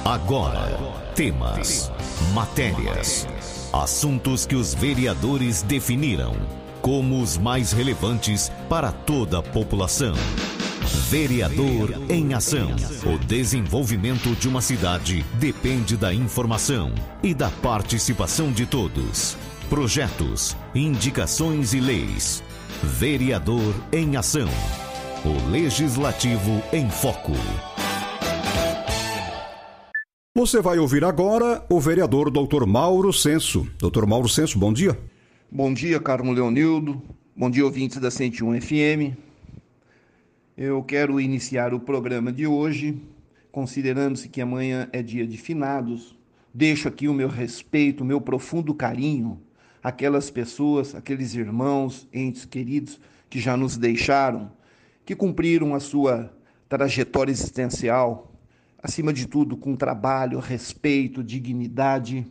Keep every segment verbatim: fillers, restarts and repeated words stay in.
Agora, temas, matérias, assuntos que os vereadores definiram como os mais relevantes para toda a população. Vereador em Ação. O desenvolvimento de uma cidade depende da informação e da participação de todos. Projetos, indicações e leis. Vereador em Ação. O Legislativo em Foco. Você vai ouvir agora o vereador doutor Mauro Senso. doutor Mauro Senso, bom dia. Bom dia, Carmo Leonildo. Bom dia, ouvintes da cento e um F M. Eu quero iniciar o programa de hoje, considerando-se que amanhã é dia de finados. Deixo aqui o meu respeito, o meu profundo carinho àquelas pessoas, aqueles irmãos, entes queridos que já nos deixaram, que cumpriram a sua trajetória existencial, acima de tudo, com trabalho, respeito, dignidade.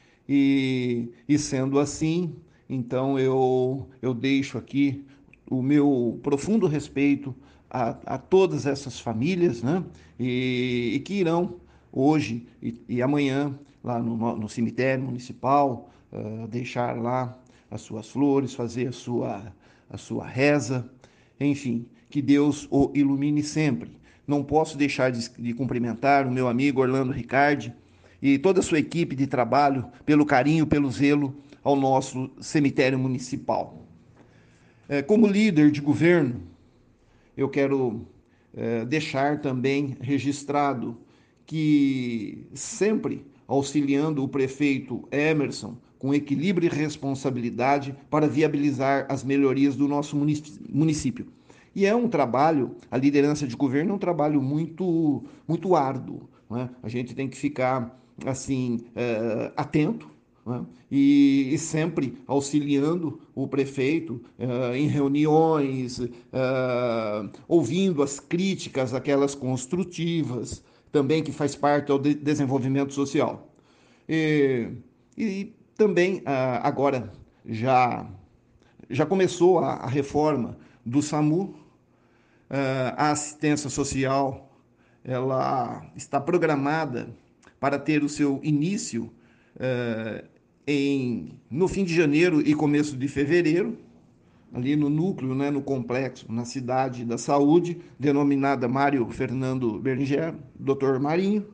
E, e sendo assim, então eu, eu deixo aqui o meu profundo respeito a, a todas essas famílias, né? E, e que irão hoje e, e amanhã lá no, no cemitério municipal uh, deixar lá as suas flores, fazer a sua, a sua reza, enfim, que Deus o ilumine sempre. Não posso deixar de, de cumprimentar o meu amigo Orlando Ricardi e toda a sua equipe de trabalho pelo carinho, pelo zelo ao nosso cemitério municipal. É, como líder de governo, eu quero é, deixar também registrado que sempre auxiliando o prefeito Emerson com equilíbrio e responsabilidade para viabilizar as melhorias do nosso município. E é um trabalho, a liderança de governo é um trabalho muito, muito árduo, né? A gente tem que ficar, assim, uh, atento, né? e, e sempre auxiliando o prefeito uh, em reuniões, uh, ouvindo as críticas, aquelas construtivas, também que faz parte do de desenvolvimento social. E, e também, uh, agora, já, já começou a, a reforma do SAMU. Uh, a assistência social ela está programada para ter o seu início uh, em, no fim de janeiro e começo de fevereiro, ali no núcleo, né, no complexo, na cidade da saúde, denominada Mário Fernando Berger, doutor Marinho.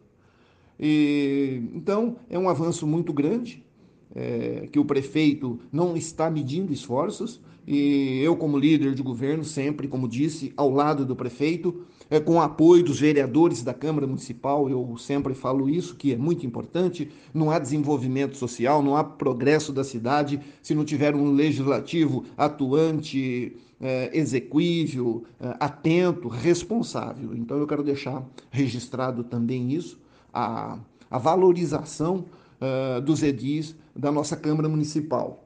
E, então, é um avanço muito grande, é, que o prefeito não está medindo esforços, e eu, como líder de governo, sempre, como disse, ao lado do prefeito, é, com o apoio dos vereadores da Câmara Municipal, eu sempre falo isso, que é muito importante. Não há desenvolvimento social, não há progresso da cidade se não tiver um legislativo atuante, é, exequível, é, atento, responsável. Então eu quero deixar registrado também isso, a, a valorização uh, dos edis da nossa Câmara Municipal.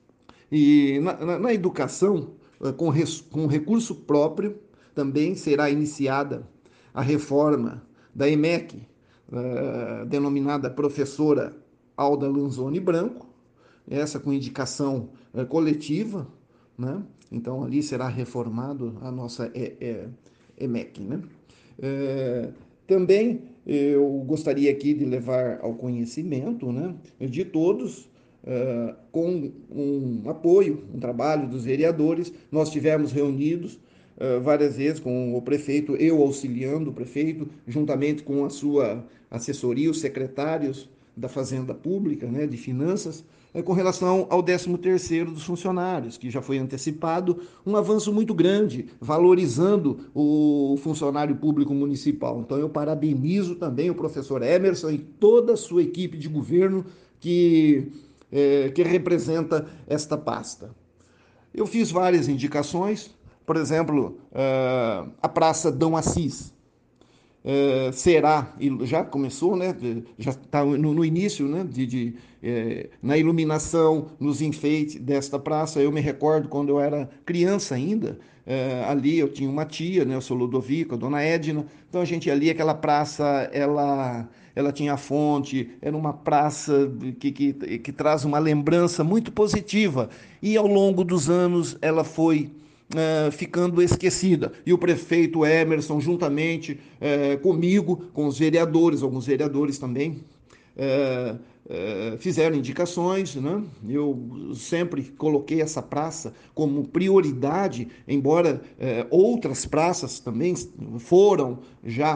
E na, na, na educação, uh, com, res, com recurso próprio, também será iniciada a reforma da E M E C, uh, denominada professora Alda Lanzoni Branco, essa com indicação uh, coletiva, né? Então ali será reformado a nossa E M E C, né? Uh, também eu gostaria aqui de levar ao conhecimento, né, de todos, uh, com um apoio, um trabalho dos vereadores. Nós tivemos reunidos uh, várias vezes com o prefeito, eu auxiliando o prefeito, juntamente com a sua assessoria, os secretários da Fazenda Pública, né, de Finanças, é, com relação ao décimo terceiro dos funcionários, que já foi antecipado, um avanço muito grande, valorizando o funcionário público municipal. Então eu parabenizo também o professor Emerson e toda a sua equipe de governo que, é, que representa esta pasta. Eu fiz várias indicações, por exemplo, a Praça Dom Assis, Uh, será, já começou, né? Já está no, no início, né? De, de, eh, na iluminação, nos enfeites desta praça. Eu me recordo quando eu era criança ainda, eh, ali eu tinha uma tia, né? Eu sou Ludovico, a dona Edna. Então a gente ali, aquela praça, ela, ela tinha fonte, era uma praça que, que, que traz uma lembrança muito positiva. E ao longo dos anos ela foi Uh, ficando esquecida. E o prefeito Emerson, juntamente uh, comigo, com os vereadores, alguns vereadores também, uh, uh, fizeram indicações, né? Eu sempre coloquei essa praça como prioridade, embora uh, outras praças também foram já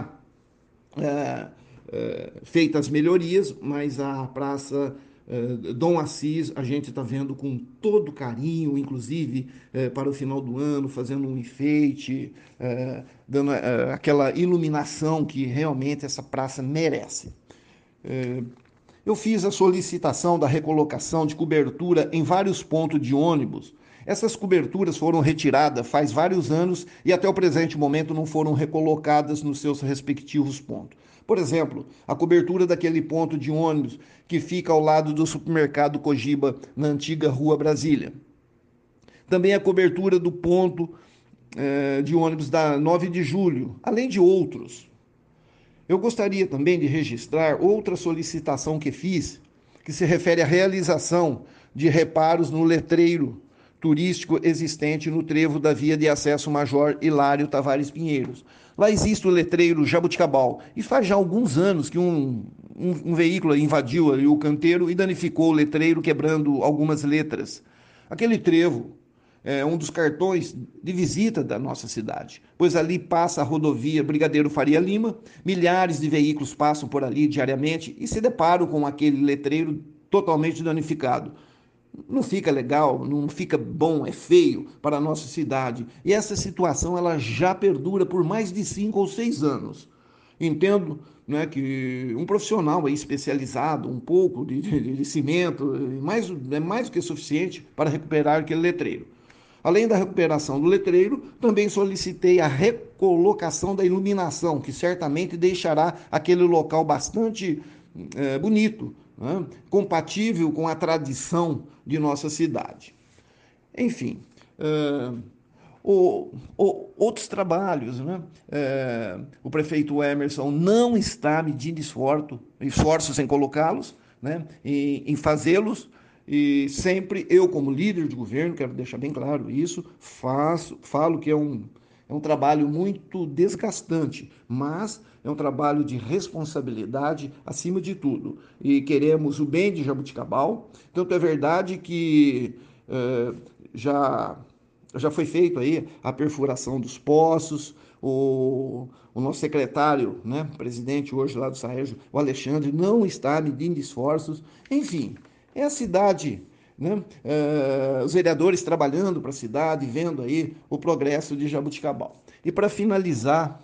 uh, uh, feitas melhorias, mas a praça Uh, Dom Assis, a gente está vendo com todo carinho, inclusive uh, para o final do ano, fazendo um enfeite, uh, dando uh, aquela iluminação que realmente essa praça merece. Uh, eu fiz a solicitação da recolocação de cobertura em vários pontos de ônibus. Essas coberturas foram retiradas faz vários anos e até o presente momento não foram recolocadas nos seus respectivos pontos. Por exemplo, a cobertura daquele ponto de ônibus que fica ao lado do supermercado Cogiba, na antiga Rua Brasília. Também a cobertura do ponto eh, de ônibus da nove de julho, além de outros. Eu gostaria também de registrar outra solicitação que fiz, que se refere à realização de reparos no letreiro turístico existente no trevo da via de acesso Major Hilário Tavares Pinheiros. Lá existe o letreiro Jabuticabal, e faz já alguns anos que um, um, um veículo invadiu ali o canteiro e danificou o letreiro, quebrando algumas letras. Aquele trevo é um dos cartões de visita da nossa cidade, pois ali passa a rodovia Brigadeiro Faria Lima, milhares de veículos passam por ali diariamente e se deparam com aquele letreiro totalmente danificado. Não fica legal, não fica bom, é feio para a nossa cidade. E essa situação ela já perdura por mais de cinco ou seis anos. Entendo, né, que um profissional aí especializado, um pouco de, de, de cimento, mais, é mais do que suficiente para recuperar aquele letreiro. Além da recuperação do letreiro, também solicitei a recolocação da iluminação, que certamente deixará aquele local bastante é, bonito, né? Compatível com a tradição de nossa cidade. Enfim, uh, o, o, outros trabalhos, né? Uh, o prefeito Emerson não está medindo esforço, esforços em colocá-los, né? em, em fazê-los, e sempre eu, como líder de governo, quero deixar bem claro isso, faço, falo que é um, é um trabalho muito desgastante, mas é um trabalho de responsabilidade acima de tudo. E queremos o bem de Jabuticabal. Tanto é verdade que eh, já, já foi feito aí a perfuração dos poços. O, o nosso secretário, né, presidente hoje lá do Saérgio, o Alexandre, não está medindo esforços. Enfim, é a cidade, né, eh, os vereadores trabalhando para a cidade, vendo aí o progresso de Jabuticabal. E para finalizar,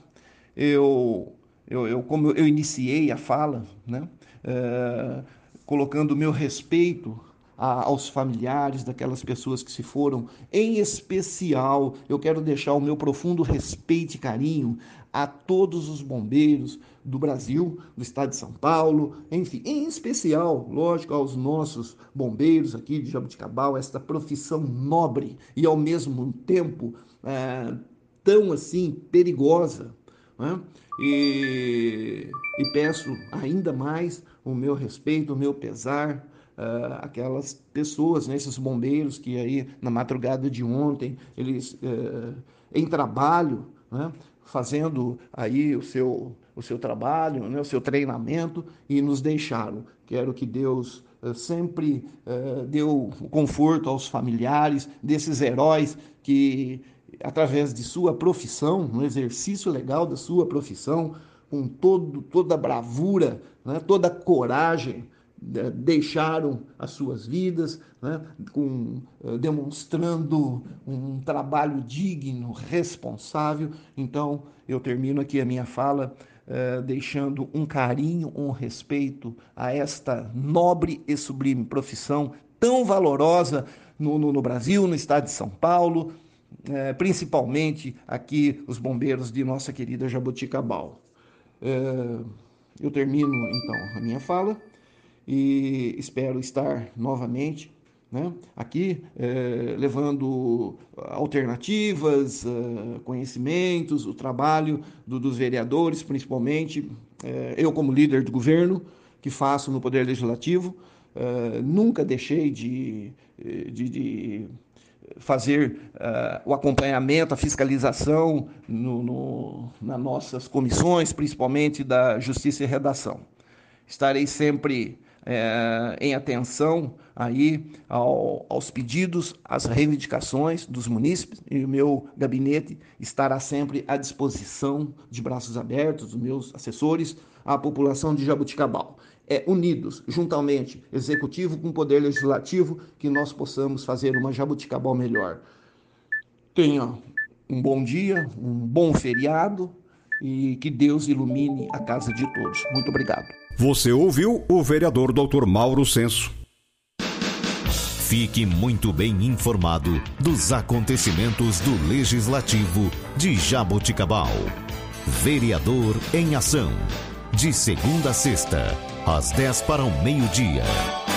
eu... Eu, eu, como eu iniciei a fala, né, é, colocando o meu respeito a, aos familiares daquelas pessoas que se foram, em especial, eu quero deixar o meu profundo respeito e carinho a todos os bombeiros do Brasil, do estado de São Paulo, enfim, em especial, lógico, aos nossos bombeiros aqui de Jabuticabal, esta profissão nobre e, ao mesmo tempo, é, tão assim perigosa, né? E, e peço ainda mais o meu respeito, o meu pesar uh, aquelas pessoas, né, esses bombeiros que aí na madrugada de ontem, eles uh, em trabalho, né, fazendo aí o seu, o seu trabalho, né, o seu treinamento e nos deixaram. Quero que Deus uh, sempre uh, dê o conforto aos familiares desses heróis que, através de sua profissão, no exercício legal da sua profissão, com todo, toda a bravura, né, toda a coragem, né, deixaram as suas vidas, né, com, uh, demonstrando um trabalho digno, responsável. Então, eu termino aqui a minha fala uh, deixando um carinho, um respeito a esta nobre e sublime profissão, tão valorosa no, no, no Brasil, no estado de São Paulo, É, principalmente aqui os bombeiros de nossa querida Jabuticabal. É, eu termino então a minha fala e espero estar novamente, né, aqui é, levando alternativas, é, conhecimentos, o trabalho do, dos vereadores, principalmente é, eu como líder do governo que faço no Poder Legislativo, é, nunca deixei de, de, de fazer uh, o acompanhamento, a fiscalização no, no, nas nossas comissões, principalmente da Justiça e Redação. Estarei sempre é, em atenção aí ao, aos pedidos, às reivindicações dos munícipes, e o meu gabinete estará sempre à disposição, de braços abertos, dos meus assessores, à população de Jaboticabal. É, unidos, juntamente, executivo com poder legislativo, que nós possamos fazer uma Jaboticabal melhor. Tenha um bom dia, um bom feriado e que Deus ilumine a casa de todos. Muito obrigado. Você ouviu o vereador doutor Mauro Senso. Fique muito bem informado dos acontecimentos do Legislativo de Jaboticabal. Vereador em Ação. De segunda a sexta, às dez para o meio-dia.